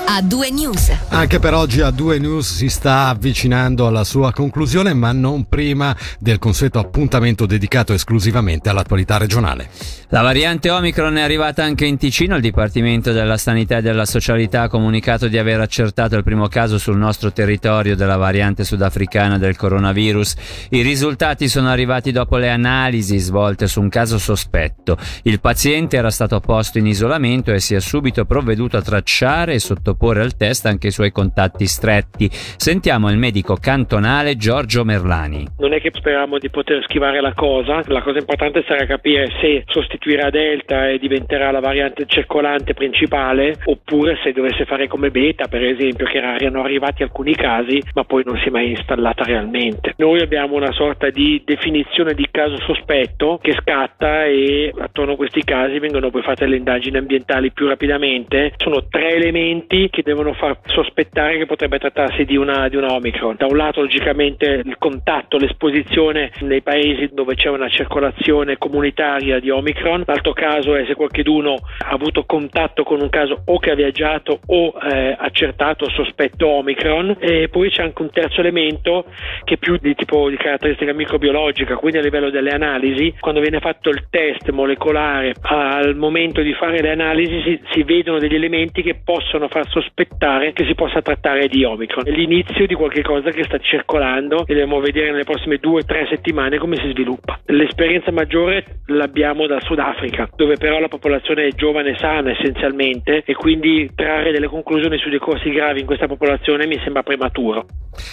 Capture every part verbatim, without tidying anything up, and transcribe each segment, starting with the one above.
A due News. Anche per oggi A due News si sta avvicinando alla sua conclusione, ma non prima del consueto appuntamento dedicato esclusivamente all'attualità regionale. La variante Omicron è arrivata anche in Ticino. Il Dipartimento della Sanità e della Socialità ha comunicato di aver accertato il primo caso sul nostro territorio della variante sudafricana del coronavirus. I risultati sono arrivati dopo le analisi svolte su un caso sospetto. Il paziente era stato posto in isolamento e si è subito provveduto a tracciare e sottoporre al test anche i suoi contatti stretti. Sentiamo il medico cantonale Giorgio Merlani. Non è che speriamo di poter schivare la cosa, la cosa importante sarà capire se sostituirà Delta e diventerà la variante circolante principale, oppure se dovesse fare come Beta, per esempio, che erano arrivati alcuni casi ma poi non si è mai installata realmente. Noi abbiamo una sorta di definizione di caso sospetto che scatta e attorno a questi casi vengono poi fatte le indagini ambientali più rapidamente. Sono tre elementi che devono far sospettare che potrebbe trattarsi di una, di una Omicron. Da un lato logicamente il contatto, l'esposizione nei paesi dove c'è una circolazione comunitaria di Omicron. L'altro caso è se qualcuno ha avuto contatto con un caso o che ha viaggiato o eh, accertato sospetto Omicron. E poi c'è anche un terzo elemento che è più di tipo di caratteristica microbiologica, quindi a livello delle analisi, quando viene fatto il test molecolare al momento di fare le analisi si, si vedono degli elementi che possono far sospettare che si possa trattare di Omicron. È l'inizio di qualche cosa che sta circolando e dobbiamo vedere nelle prossime due o tre settimane come si sviluppa. L'esperienza maggiore l'abbiamo dal Sudafrica, dove però la popolazione è giovane e sana essenzialmente, e quindi trarre delle conclusioni su dei corsi gravi in questa popolazione mi sembra prematuro.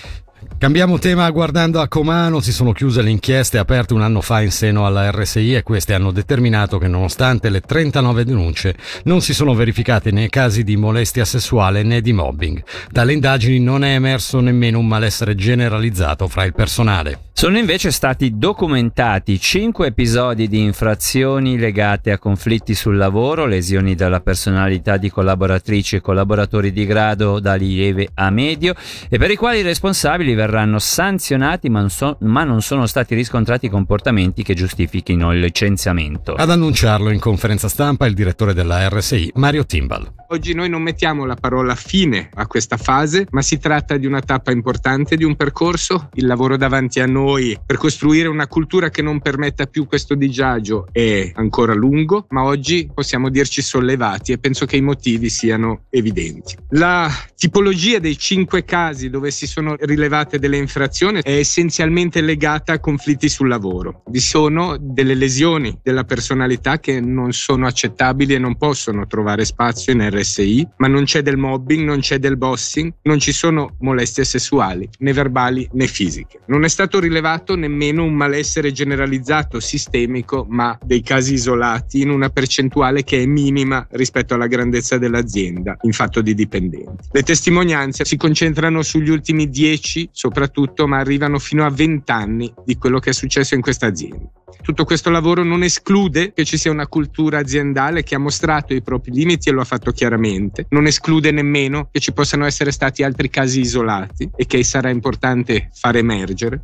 Cambiamo tema guardando a Comano. Si sono chiuse le inchieste aperte un anno fa in seno alla R S I e queste hanno determinato che nonostante le trentanove denunce non si sono verificate né casi di molestia sessuale né di mobbing. Dalle indagini non è emerso nemmeno un malessere generalizzato fra il personale. Sono invece stati documentati cinque episodi di infrazioni legate a conflitti sul lavoro, lesioni della personalità di collaboratrici e collaboratori di grado da lieve a medio, e per i quali i responsabili verranno sanzionati, ma non, so, ma non sono stati riscontrati comportamenti che giustifichino il licenziamento. Ad annunciarlo in conferenza stampa il direttore della R S I, Mario Timbal. Oggi noi non mettiamo la parola fine a questa fase, ma si tratta di una tappa importante di un percorso. Il lavoro davanti a noi per costruire una cultura che non permetta più questo disagio è ancora lungo, ma oggi possiamo dirci sollevati e penso che i motivi siano evidenti. La tipologia dei cinque casi dove si sono rilevate delle infrazioni è essenzialmente legata a conflitti sul lavoro. Vi sono delle lesioni della personalità che non sono accettabili e non possono trovare spazio in R S I, ma non c'è del mobbing, non c'è del bossing, non ci sono molestie sessuali, né verbali né fisiche. Non è stato rilevato nemmeno un malessere generalizzato sistemico, ma dei casi isolati in una percentuale che è minima rispetto alla grandezza dell'azienda in fatto di dipendenti. Le testimonianze si concentrano sugli ultimi dieci soprattutto, ma arrivano fino a venti anni di quello che è successo in questa azienda. Tutto questo lavoro non esclude che ci sia una cultura aziendale che ha mostrato i propri limiti e lo ha fatto chiaramente, non esclude nemmeno che ci possano essere stati altri casi isolati e che sarà importante far emergere.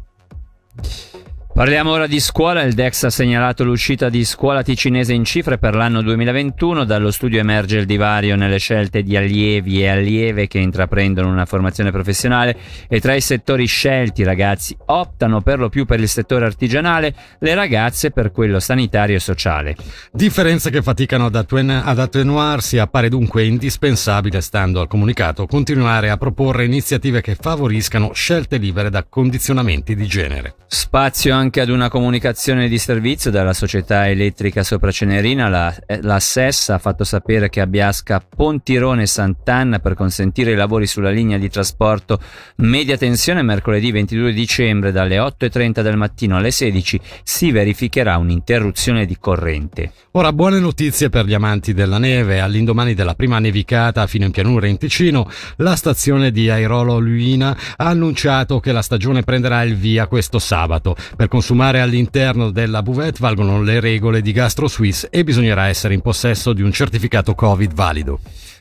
Parliamo ora di scuola. Il D E X ha segnalato l'uscita di Scuola Ticinese in cifre per l'anno duemilaventuno. Dallo studio emerge il divario nelle scelte di allievi e allieve che intraprendono una formazione professionale, e tra i settori scelti i ragazzi optano per lo più per il settore artigianale, le ragazze per quello sanitario e sociale. Differenze che faticano ad, attuen- ad attenuarsi. Appare dunque indispensabile, stando al comunicato, continuare a proporre iniziative che favoriscano scelte libere da condizionamenti di genere. Spazio anche ad una comunicazione di servizio dalla società elettrica Sopra Cenerina. La, la S E S ha fatto sapere che a Biasca Pontirone Sant'Anna, per consentire i lavori sulla linea di trasporto media tensione, mercoledì ventidue dicembre dalle otto e trenta del mattino alle sedici si verificherà un'interruzione di corrente. Ora buone notizie per gli amanti della neve. All'indomani della prima nevicata fino in pianura in Ticino, la stazione di Airolo Luina ha annunciato che la stagione prenderà il via questo sabato. Per consumare all'interno della buvette valgono le regole di GastroSuisse e bisognerà essere in possesso di un certificato Covid valido.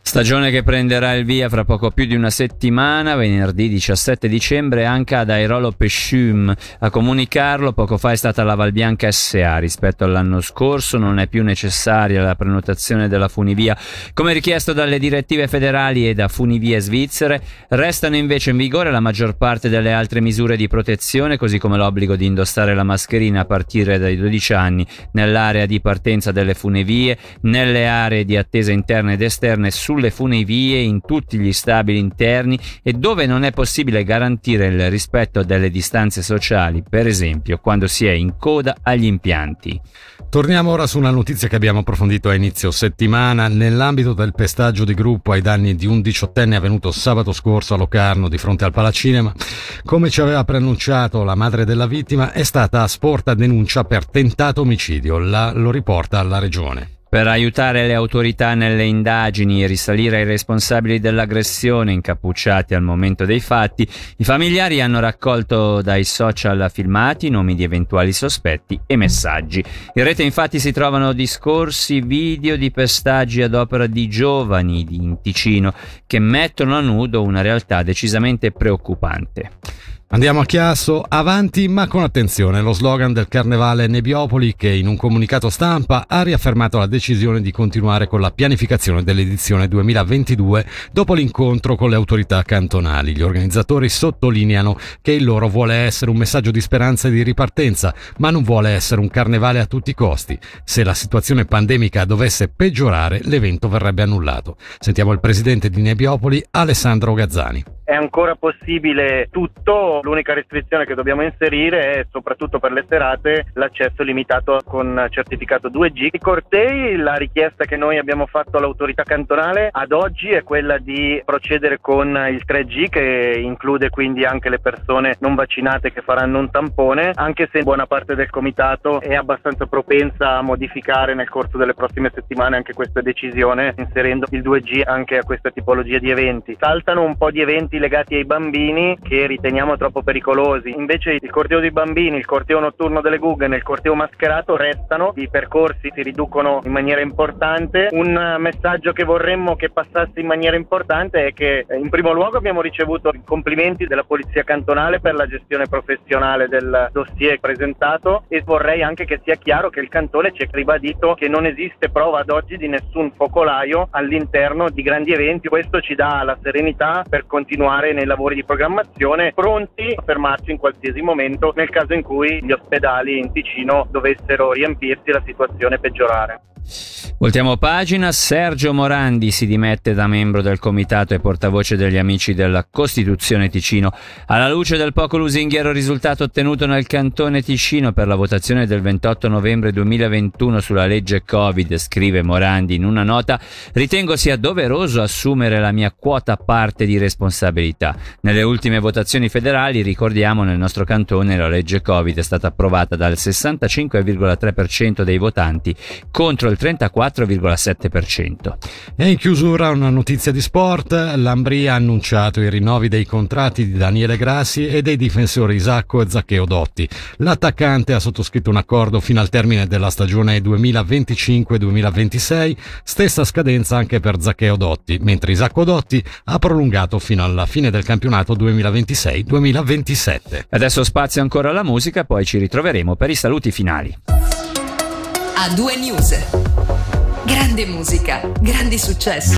Stagione che prenderà il via fra poco più di una settimana, venerdì diciassette dicembre, anche ad Airolo Pescium. A comunicarlo poco fa è stata la Valbianca S A. Rispetto all'anno scorso non è più necessaria la prenotazione della funivia come richiesto dalle direttive federali e da funivie svizzere. Restano invece in vigore la maggior parte delle altre misure di protezione, così come l'obbligo di indossare la mascherina a partire dai dodici anni nell'area di partenza delle funivie, nelle aree di attesa interne ed esterne, sulle funivie, in tutti gli stabili interni e dove non è possibile garantire il rispetto delle distanze sociali, per esempio quando si è in coda agli impianti. Torniamo ora su una notizia che abbiamo approfondito a inizio settimana. Nell'ambito del pestaggio di gruppo ai danni di un diciottenne avvenuto sabato scorso a Locarno di fronte al Palacinema, come ci aveva preannunciato la madre della vittima, è stata asporta denuncia per tentato omicidio. La, lo riporta la regione. Per aiutare le autorità nelle indagini e risalire ai responsabili dell'aggressione incappucciati al momento dei fatti, i familiari hanno raccolto dai social filmati, nomi di eventuali sospetti e messaggi. In rete infatti si trovano discorsi, video di pestaggi ad opera di giovani in Ticino che mettono a nudo una realtà decisamente preoccupante. Andiamo a Chiasso, avanti ma con attenzione, lo slogan del Carnevale Nebbiopoli, che in un comunicato stampa ha riaffermato la decisione di continuare con la pianificazione dell'edizione duemilaventidue dopo l'incontro con le autorità cantonali. Gli organizzatori sottolineano che il loro vuole essere un messaggio di speranza e di ripartenza, ma non vuole essere un carnevale a tutti i costi. Se la situazione pandemica dovesse peggiorare, l'evento verrebbe annullato. Sentiamo il presidente di Nebbiopoli, Alessandro Gazzani. È ancora possibile tutto, l'unica restrizione che dobbiamo inserire è, soprattutto per le serate, l'accesso limitato con certificato due G. I cortei, la richiesta che noi abbiamo fatto all'autorità cantonale ad oggi è quella di procedere con il tre G, che include quindi anche le persone non vaccinate che faranno un tampone, anche se buona parte del comitato è abbastanza propensa a modificare nel corso delle prossime settimane anche questa decisione, inserendo il due G anche a questa tipologia di eventi. Saltano un po' di eventi legati ai bambini che riteniamo troppo pericolosi. Invece il corteo dei bambini, il corteo notturno delle gughe e il corteo mascherato restano, i percorsi si riducono in maniera importante. Un messaggio che vorremmo che passasse in maniera importante è che in primo luogo abbiamo ricevuto i complimenti della Polizia Cantonale per la gestione professionale del dossier presentato, e vorrei anche che sia chiaro che il Cantone ci ha ribadito che non esiste prova ad oggi di nessun focolaio all'interno di grandi eventi. Questo ci dà la serenità per continuare nei lavori di programmazione, pronti a fermarci in qualsiasi momento nel caso in cui gli ospedali in Ticino dovessero riempirsi e la situazione peggiorare. Voltiamo pagina. Sergio Morandi si dimette da membro del comitato e portavoce degli Amici della Costituzione Ticino. Alla luce del poco lusinghiero risultato ottenuto nel Cantone Ticino per la votazione del ventotto novembre duemilaventuno sulla legge Covid, scrive Morandi in una nota, ritengo sia doveroso assumere la mia quota parte di responsabilità. Nelle ultime votazioni federali, ricordiamo, nel nostro cantone la legge Covid è stata approvata dal sessantacinque virgola tre per cento dei votanti contro il trentaquattro virgola sette per cento. E in chiusura una notizia di sport. L'Ambria ha annunciato i rinnovi dei contratti di Daniele Grassi e dei difensori Isacco e Zaccheo Dotti. L'attaccante ha sottoscritto un accordo fino al termine della stagione duemilaventicinque duemilaventisei, stessa scadenza anche per Zaccheo Dotti, mentre Isacco Dotti ha prolungato fino alla fine del campionato duemilaventisei duemilaventisette. Adesso spazio ancora alla musica, poi ci ritroveremo per i saluti finali. A due News. Grande musica, grandi successi.